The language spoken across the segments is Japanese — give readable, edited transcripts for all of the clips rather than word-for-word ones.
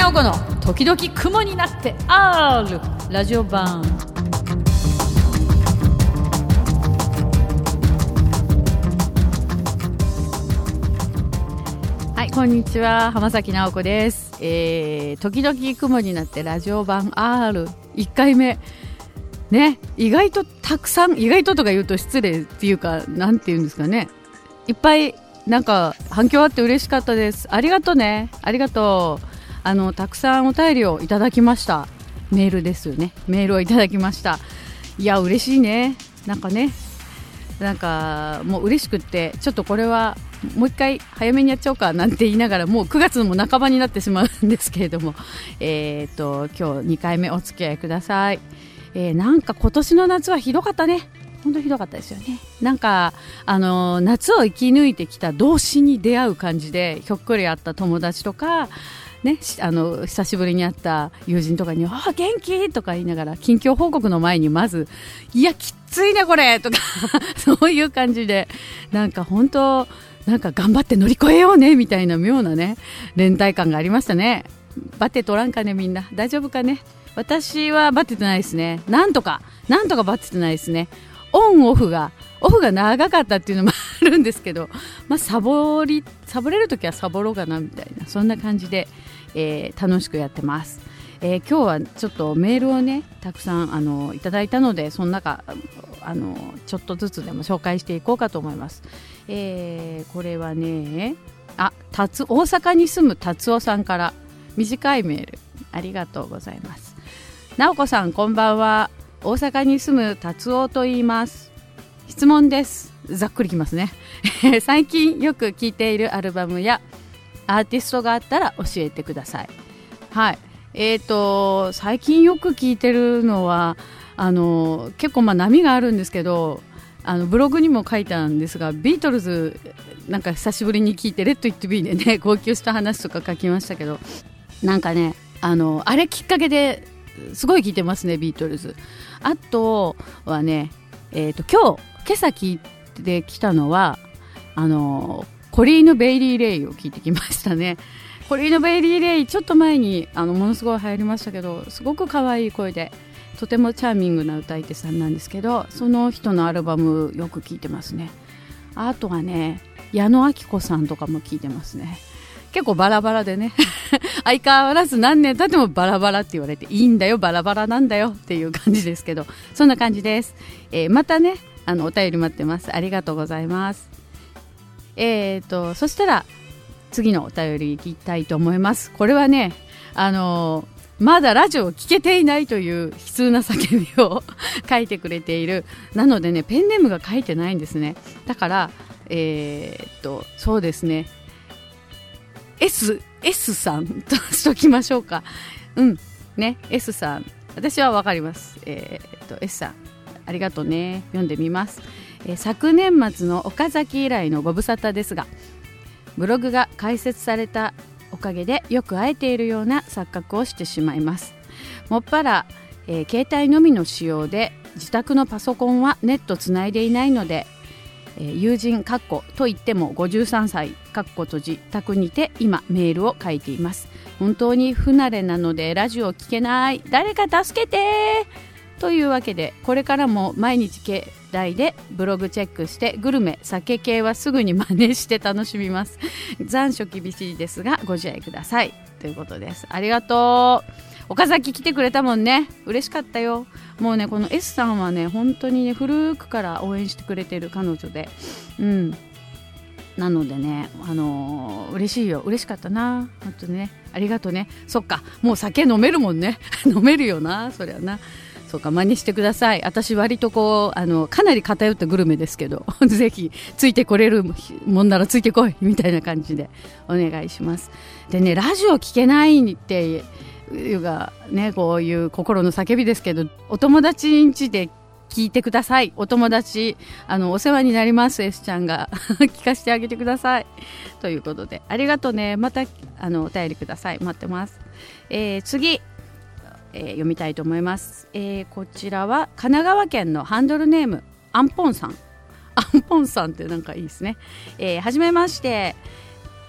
直子の時々雲になってあるラジオ版。はい、こんにちは、浜崎直子です。時々雲になってラジオ版 R1 回目ね、意外とたくさん、意外ととか言うと失礼っていうか、なんて言うんですかね、いっぱいなんか反響あって嬉しかったです。ありがとうね、ありがとう。たくさんお便りをいただきました。メールですよね、メールをいただきました。いや嬉しいね。なんかね、なんかもう嬉しくって、ちょっとこれはもう一回早めにやっちゃおうかなんて言いながら、もう9月も半ばになってしまうんですけれども、今日2回目お付き合いください。なんか今年の夏はひどかったね。本当にひどかったですよね。なんか夏を生き抜いてきた同志に出会う感じで、ひょっこり会った友達とかね、久しぶりに会った友人とかに元気とか言いながら、近況報告の前にまずいやきついねこれとかそういう感じで、なんか本当なんか頑張って乗り越えようねみたいな妙なね連帯感がありましたね。バテとらんかね、みんな大丈夫かね。私はバテてないですね。なんとかバテてないですね。オフが長かったっていうのもあるんですけど、サボれるときはサボろうかなみたいな、そんな感じで、楽しくやってます。今日はちょっとメールをねたくさんいただいたので、その中ちょっとずつでも紹介していこうかと思います。これはね、大阪に住む達夫さんから短いメールありがとうございます。直子さんこんばんは。大阪に住む達夫と言います。質問です。ざっくりきますね最近よく聴いているアルバムやアーティストがあったら教えてください。はい、最近よく聴いてるのは結構波があるんですけど、ブログにも書いたんですが、ビートルズなんか久しぶりに聴いて、レッド・イット・ビーでね号泣した話とか書きましたけど、なんかねあれきっかけですごい聴いてますね、ビートルズ。あとはね、今朝聴いてきたのはコリーヌ・ベイリー・レイを聴いてきましたね。コリーヌ・ベイリー・レイちょっと前にものすごい流行りましたけど、すごく可愛い声でとてもチャーミングな歌い手さんなんですけど、その人のアルバムよく聴いてますね。あとはね、矢野顕子さんとかも聴いてますね。結構バラバラでね相変わらず何年経ってもバラバラって言われて、いいんだよバラバラなんだよっていう感じですけど、そんな感じです。またねお便り待ってます。ありがとうございます。そしたら次のお便りいきたいと思います。これはねまだラジオを聞けていないという悲痛な叫びを書いてくれている。なのでねペンネームが書いてないんですね。だからそうですね、S さんとしときましょうか。ね、S さん私はわかります。S さんありがとうね。読んでみます。昨年末の岡崎以来のご無沙汰ですが、ブログが開設されたおかげでよく会えているような錯覚をしてしまいます。もっぱら、携帯のみの使用で、自宅のパソコンはネットつないでいないので、友人と言っても53歳閉じ宅にて今メールを書いています。本当に不慣れなのでラジオを聞けない、誰か助けてというわけで、これからも毎日携帯でブログチェックして、グルメ酒系はすぐに真似して楽しみます。残暑厳しいですがご自愛くださいということです。ありがとう。岡崎来てくれたもんね。嬉しかったよ。もうねこの S さんはね本当にね古くから応援してくれてる彼女で、なのでね嬉しいよ。嬉しかったな本当にね。ありがとうね。そっか、もう酒飲めるもんね飲めるよなそりゃな。そうか、真似してください。私割とかなり偏ったグルメですけどぜひついてこれるもんならついてこいみたいな感じでお願いします。でね、ラジオ聞けないっていうかね、こういう心の叫びですけど、お友達ん家で聞いてください。お友達お世話になります。 S ちゃんが聞かせてあげてくださいということで、ありがとうね。またお便りください。待ってます。次、読みたいと思います。こちらは神奈川県のハンドルネームアンポンさん。アンポンさんってなんかいいですね。はじめまして。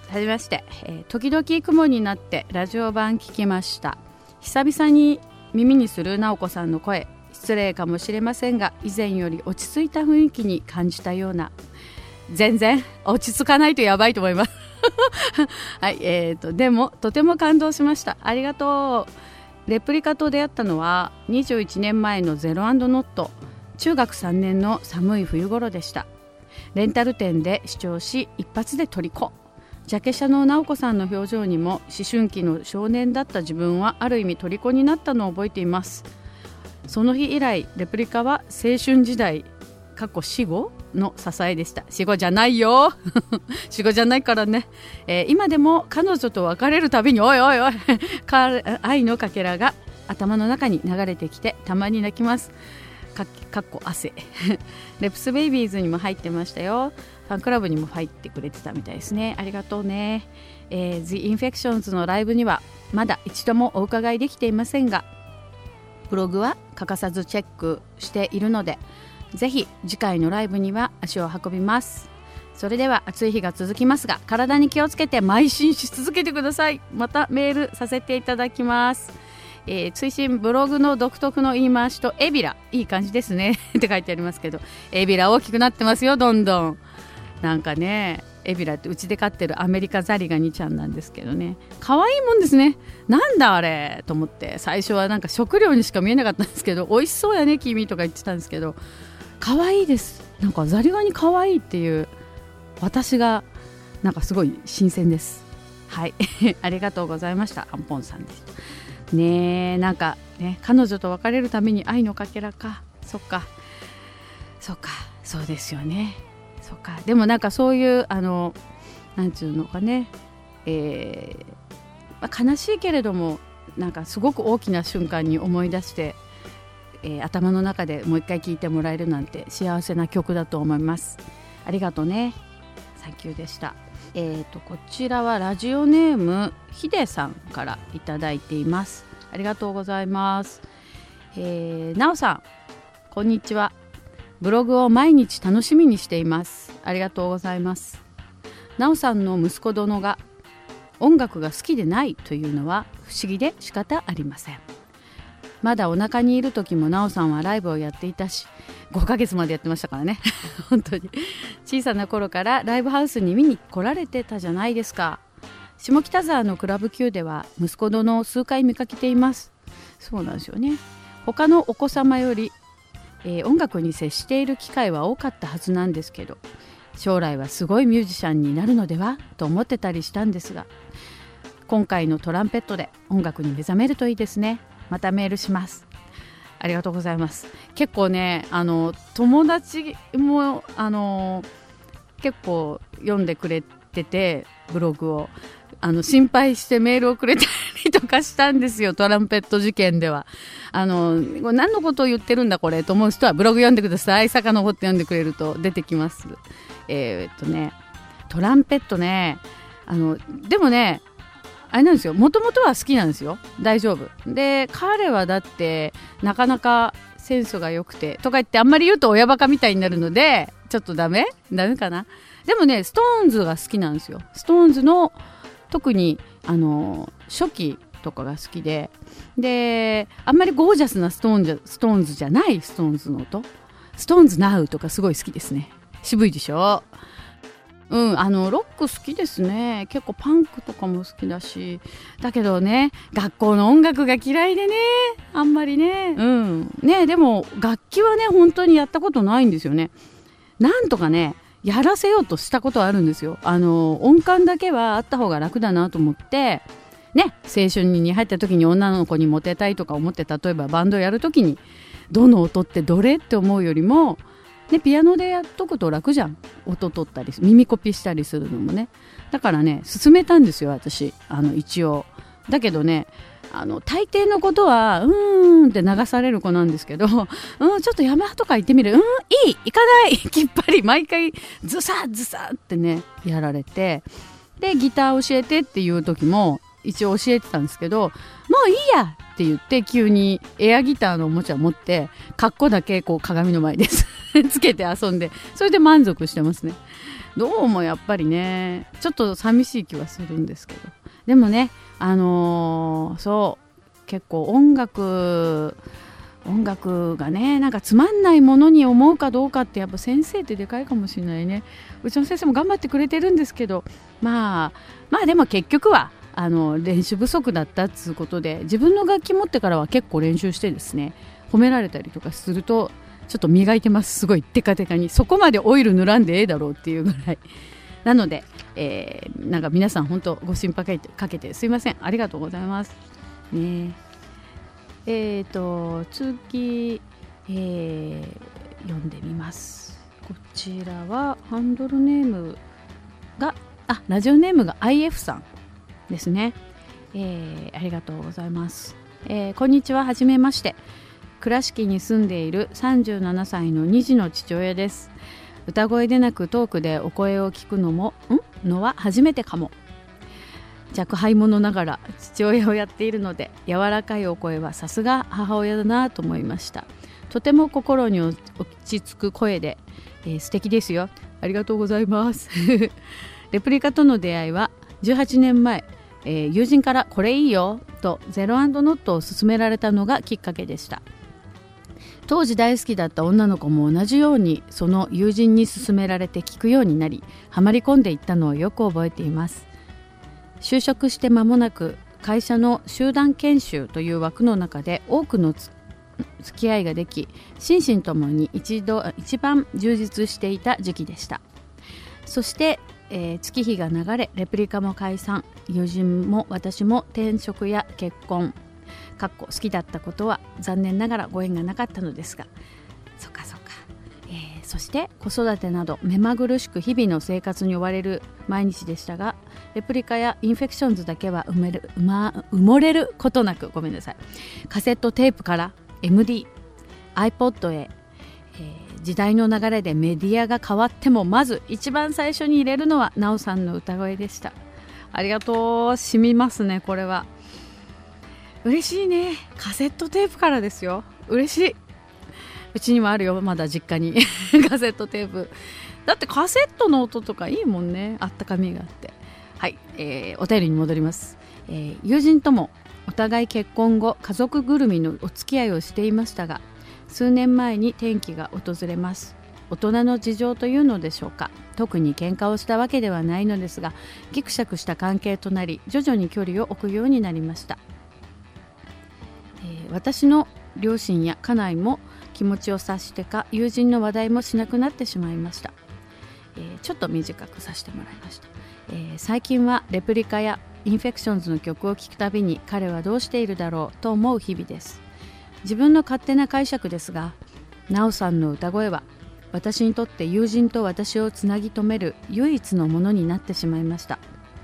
はじめまして、時々雲になってラジオ版聞きました。久々に耳にする直子さんの声、失礼かもしれませんが以前より落ち着いた雰囲気に感じたような。全然落ち着かないとやばいと思いますはい、でもとても感動しました。ありがとう。レプリカと出会ったのは21年前のゼロ&ノット、中学3年の寒い冬頃でした。レンタル店で視聴し一発で虜。ジャケ写の直子さんの表情にも思春期の少年だった自分はある意味虜になったのを覚えています。その日以来レプリカは青春時代死後の支えでした。死後じゃないよ死後じゃないからね、今でも彼女と別れるたびにおいおいおい愛のかけらが頭の中に流れてきてたまに泣きます。汗レプスベイビーズにも入ってましたよ。ファンクラブにも入ってくれてたみたいですね。ありがとうね。The Infections のライブにはまだ一度もお伺いできていませんが、ブログは欠かさずチェックしているので、ぜひ次回のライブには足を運びます。それでは暑い日が続きますが、体に気をつけて邁進し続けてください。またメールさせていただきます。追伸ブログの独特の言い回しとエビラいい感じですねって書いてありますけど、エビラ大きくなってますよ。どんどんなんかね、エビラってうちで飼ってるアメリカザリガニちゃんなんですけどね、可愛いもんですね。なんだあれと思って、最初はなんか食料にしか見えなかったんですけど、美味しそうやね君とか言ってたんですけど、可愛いです。なんかザリガニ可愛いっていう私がなんかすごい新鮮です。はいありがとうございました。アンポンさんでしたね。えなんかね、彼女と別れるために愛のかけらか。そっかそうですよね。そっか。でもなんかそういうなんていうのかね、悲しいけれどもなんかすごく大きな瞬間に思い出して、頭の中でもう一回聴いてもらえるなんて幸せな曲だと思います。ありがとうね。サンキューでした。こちらはラジオネームヒデさんからいただいています。ありがとうございます。なおさんこんにちは。ブログを毎日楽しみにしています。ありがとうございます。なおさんの息子殿が音楽が好きでないというのは不思議で仕方ありません。まだお腹にいる時もなおさんはライブをやっていたし、5ヶ月までやってましたからね本当に小さな頃からライブハウスに見に来られてたじゃないですか。下北沢のクラブ Q では息子殿を数回見かけています。そうなんですよね。他のお子様より、音楽に接している機会は多かったはずなんですけど、将来はすごいミュージシャンになるのではと思ってたりしたんですが、今回のトランペットで音楽に目覚めるといいですね。またメールします。ありがとうございます。結構ね、友達も結構読んでくれてて、ブログを心配してメールをくれたりとかしたんですよ。トランペット事件では何のことを言ってるんだこれと思う人はブログ読んでください。遡って読んでくれると出てきます。トランペットね、でもねあれなんですよ、もともとは好きなんですよ。大丈夫で、彼はだってなかなかセンスが良くてとか言ってあんまり言うと親バカみたいになるのでちょっとダメかな。でもねストーンズが好きなんですよ。ストーンズの特に初期とかが好きで、あんまりゴージャスなストーンズじゃないストーンズの音、ストーンズナウとかすごい好きですね。渋いでしょ。ロック好きですね。結構パンクとかも好きだし、だけどね学校の音楽が嫌いでね、あんまりね、でも楽器はね本当にやったことないんですよね。なんとかねやらせようとしたことはあるんですよ。音感だけはあった方が楽だなと思ってね、青春に入った時に女の子にモテたいとか思って、例えばバンドやる時にどの音ってどれって思うよりもね、ピアノでやっとくと楽じゃん。音取ったり耳コピしたりするのもね。だからね勧めたんですよ私、一応。だけどね大抵のことはって流される子なんですけど、ちょっとヤマハとか行ってみる、いい行かないきっぱり毎回ズサッズサッってねやられて、でギター教えてっていう時も一応教えてたんですけど、もういいやって言って急にエアギターのおもちゃを持ってカッコだけこう鏡の前でつけて遊んで、それで満足してますね。 どうもやっぱりねちょっと寂しい気はするんですけど、でもねそう結構音楽がねなんかつまんないものに思うかどうかってやっぱ先生ってでかいかもしれないね。うちの先生も頑張ってくれてるんですけど、まあでも結局は練習不足だったっつうことで、自分の楽器持ってからは結構練習してですね、褒められたりとかするとちょっと磨いてます。すごいテカテカに、そこまでオイル塗らんでええだろうっていうぐらいなので、なんか皆さん本当ご心配かけてすいません、ありがとうございますね。次、読んでみます。こちらはハンドルネームがラジオネームが IF さんですね。ありがとうございます。こんにちは、はじめまして。倉敷に住んでいる37歳の2児の父親です。歌声でなくトークでお声を聞くのは初めてかも。若輩者ながら父親をやっているので、柔らかいお声はさすが母親だなと思いました。とても心に落ち着く声で、素敵ですよ。ありがとうございますレプリカとの出会いは18年前、友人からこれいいよとゼロ&ノットを勧められたのがきっかけでした。当時大好きだった女の子も同じようにその友人に勧められて聞くようになり、ハマり込んでいったのをよく覚えています。就職して間もなく会社の集団研修という枠の中で多くの付き合いができ、心身ともに一番充実していた時期でした。そして、月日が流れレプリカも解散、友人も私も転職や結婚好きだったことは残念ながらご縁がなかったのですが、そして子育てなど目まぐるしく日々の生活に追われる毎日でしたが、レプリカやインフェクションズだけは埋もれることなく、カセットテープから MD、iPod へ、時代の流れでメディアが変わってもまず一番最初に入れるのはなおさんの歌声でした。ありがとう、染みますね。これは嬉しいね。カセットテープからですよ。嬉しい。うちにもあるよ、まだ実家にカセットテープだって。カセットの音とかいいもんね、あったかみがあって。はい、お便りに戻ります。友人ともお互い結婚後家族ぐるみのお付き合いをしていましたが、数年前に転機が訪れます。大人の事情というのでしょうか。特に喧嘩をしたわけではないのですが、ギクシャクした関係となり徐々に距離を置くようになりました。私の両親や家内も気持ちを察してか友人の話題もしなくなってしまいました。ちょっと短くさせてもらいました。最近はレプリカやインフェクションズの曲を聴くたびに彼はどうしているだろうと思う日々です。自分の勝手な解釈ですが、なおさんの歌声は私にとって友人と私をつなぎ止める唯一のものになってしまいました。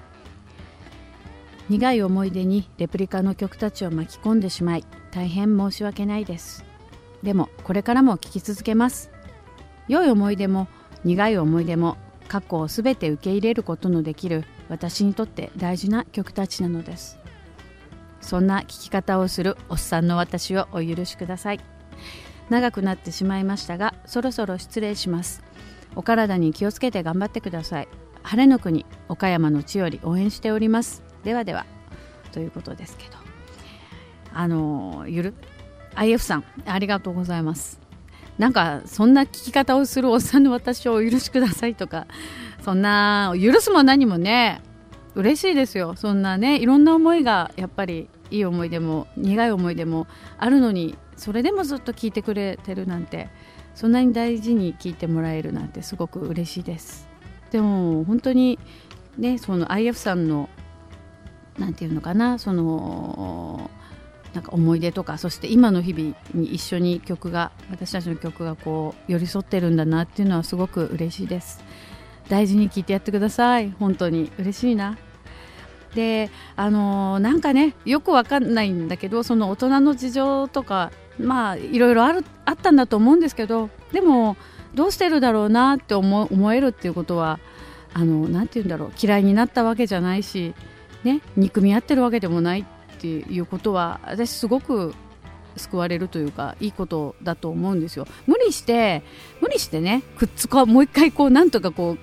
苦い思い出にレプリカの曲たちを巻き込んでしまい大変申し訳ないです。でもこれからも聴き続けます。良い思い出も苦い思い出も過去をすべて受け入れることのできる私にとって大事な曲たちなのです。そんな聴き方をするおっさんの私をお許しください。長くなってしまいましたが、そろそろ失礼します。お体に気をつけて頑張ってください。晴れの国岡山の地より応援しております。ではでは、ということですけど、IF さんありがとうございます。なんかそんな聞き方をするおっさんの私をお許しくださいとか、そんな許すも何もね、嬉しいですよ。そんなね、いろんな思いがやっぱりいい思い出も苦い思い出もあるのに、それでもずっと聞いてくれてるなんて、そんなに大事に聞いてもらえるなんてすごく嬉しいです。でも本当にね、その IF さんのなんていうのかな、そのなんか思い出とか、そして今の日々に一緒に私たちの曲がこう寄り添ってるんだなっていうのはすごく嬉しいです。大事に聴いてやってください。本当に嬉しいな。で、なんかね、よくわかんないんだけど、その大人の事情とかまあいろいろあったんだと思うんですけど、でもどうしてるだろうなって思えるっていうことは、なんていうんだろう、嫌いになったわけじゃないしね、憎み合ってるわけでもないっていうことは、私すごく救われるというか、いいことだと思うんですよ。無理してね、もう一回こうなんとかこう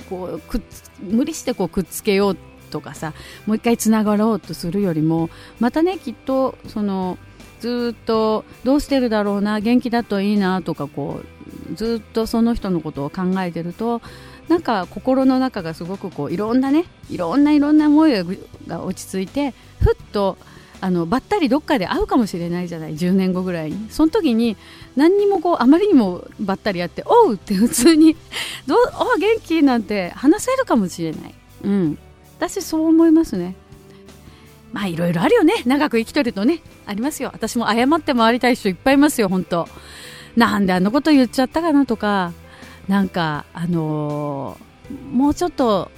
こう無理してこうくっつけようとかさ、もう一回つながろうとするよりも、またねきっとずっとどうしてるだろうな、元気だといいなとか、こうずっとその人のことを考えてると、なんか心の中がすごくこういろんな思いが落ち着いて、ふっとばったりどっかで会うかもしれないじゃない、10年後ぐらいに。その時に何にもこうあまりにもばったり会って、おうって普通にお元気なんて話せるかもしれない。私そう思いますね。まあいろいろあるよね、長く生きてるとね、ありますよ。私も謝って回りたい人いっぱいいますよ、本当。なんであんなこと言っちゃったかなとか、なんかもうちょっと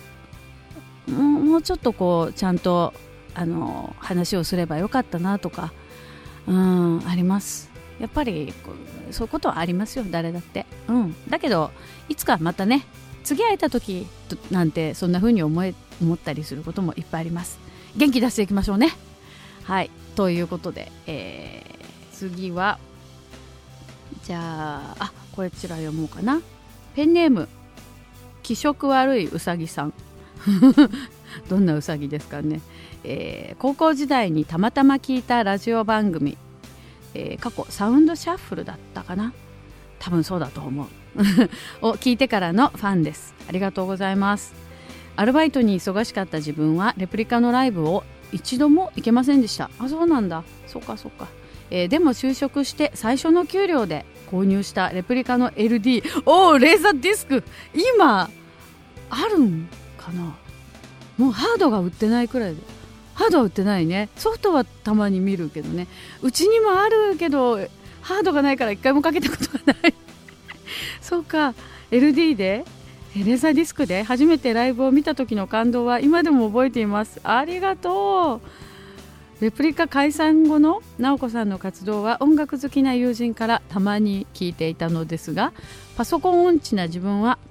こうちゃんと話をすればよかったなとか、あります。やっぱりそういうことはありますよ、誰だって。だけどいつかまたね、次会えた時なんてそんな風に思ったりすることもいっぱいあります。元気出していきましょうね。はい、ということで、次はじゃあこちら読もうかな。ペンネーム気色悪いうさぎさんどんなうさぎですかね。高校時代にたまたま聞いたラジオ番組、過去サウンドシャッフルだったかな、多分そうだと思うを聞いてからのファンです。ありがとうございます。アルバイトに忙しかった自分はレプリカのライブを一度も行けませんでした。そうなんだ、そうか、でも就職して最初の給料で購入したレプリカの LD、 レーザーディスク今あるんかな。もうハードが売ってないくらいで。ハードは売ってないね。ソフトはたまに見るけどね。うちにもあるけどハードがないから一回もかけたことがないそうか、 LD でレーザーディスクで初めてライブを見た時の感動は今でも覚えています。ありがとう。レプリカ解散後の直子さんの活動は音楽好きな友人からたまに聞いていたのですが、パソコン音痴な自分は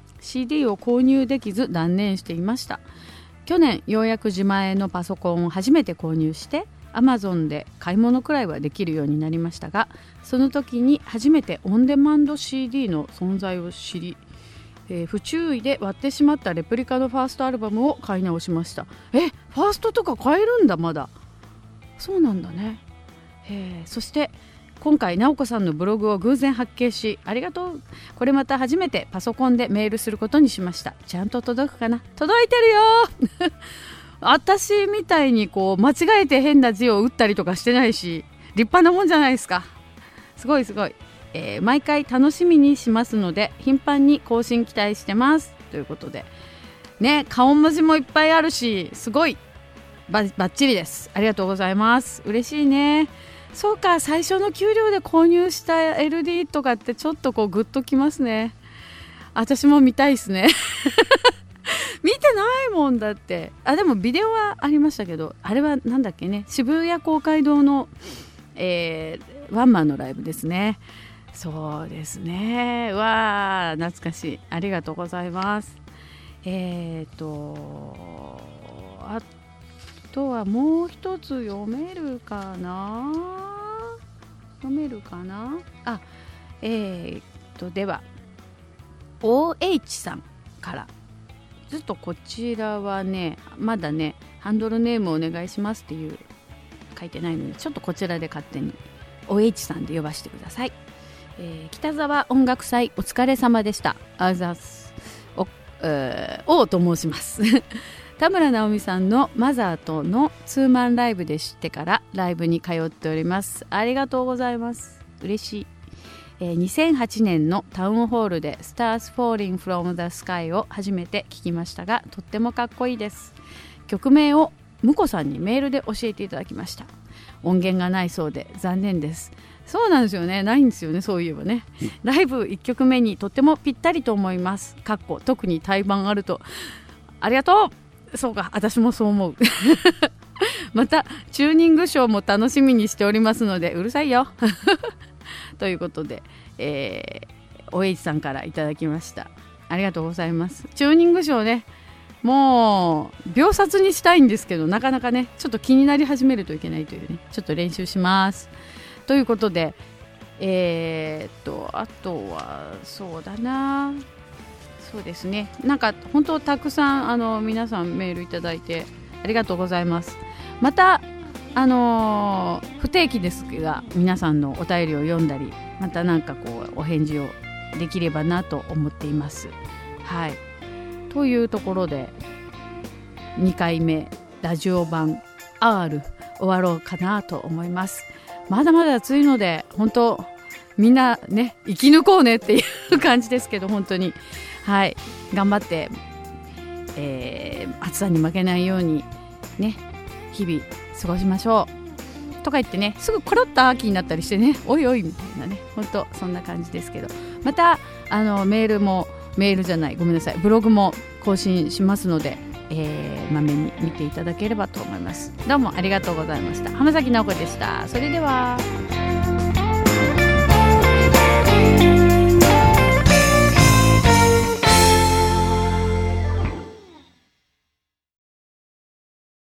CD を購入できず断念していました。去年ようやく自前のパソコンを初めて購入して Amazon で買い物くらいはできるようになりましたが、その時に初めてオンデマンド CD の存在を知り、不注意で割ってしまったレプリカのファーストアルバムを買い直しました。ファーストとか買えるんだ、まだ。そうなんだね。そして今回直子さんのブログを偶然発見し、ありがとう。これまた初めてパソコンでメールすることにしました。ちゃんと届くかな。届いてるよ私みたいにこう間違えて変な字を打ったりとかしてないし、立派なもんじゃないですか。すごい、毎回楽しみにしますので頻繁に更新期待してますということでね、顔文字もいっぱいあるし、すごいバッチリです。ありがとうございます。嬉しいね。そうか、最初の給料で購入した LD とかってちょっとこうグッときますね。私も見たいですね見てないもんだって。でもビデオはありましたけど、あれはなんだっけね、渋谷公会堂の、ワンマンのライブですね。そうですね。うわー懐かしい。ありがとうございます。あとはもう一つ読めるかな。では OH さんからずっとこちらはね、まだねハンドルネームお願いしますっていう書いてないので、ちょっとこちらで勝手に OH さんで呼ばせてください。北沢音楽祭お疲れ様でした。あざすと申します田村直美さんのマザーとのツーマンライブで知ってからライブに通っております。ありがとうございます。嬉しい。2008年のタウンホールで Stars Falling from the Sky を初めて聞きましたが、とってもかっこいいです。曲名を婿さんにメールで教えていただきました。音源がないそうで残念です。そうなんですよね、ないんですよね、そういえばね。ライブ1曲目にとってもぴったりと思います。特に対バンあると。ありがとう。そうか、私もそう思うまたチューニングショーも楽しみにしておりますので、うるさいよということで、おえいちさんからいただきました。ありがとうございます。チューニングショーね、もう秒殺にしたいんですけど、なかなかねちょっと気になり始めるといけないというね、ちょっと練習しますということで、あとはそうだな、 そうですね、なんか本当たくさん皆さんメールいただいてありがとうございます。また不定期ですが皆さんのお便りを読んだり、またなんかこうお返事をできればなと思っています。はい、というところで2回目ラジオ版 R 終わろうかなと思います。まだまだ暑いので本当みんなね生き抜こうねっていう感じですけど、本当にはい頑張って、暑さに負けないようにね日々過ごしましょうとか言ってね、すぐコロッと秋になったりしてね、おいおいみたいなね、本当そんな感じですけど、またメールじゃないごめんなさい、ブログも更新しますので、まめに見ていただければと思います。どうもありがとうございました。浜崎直子でした。それでは。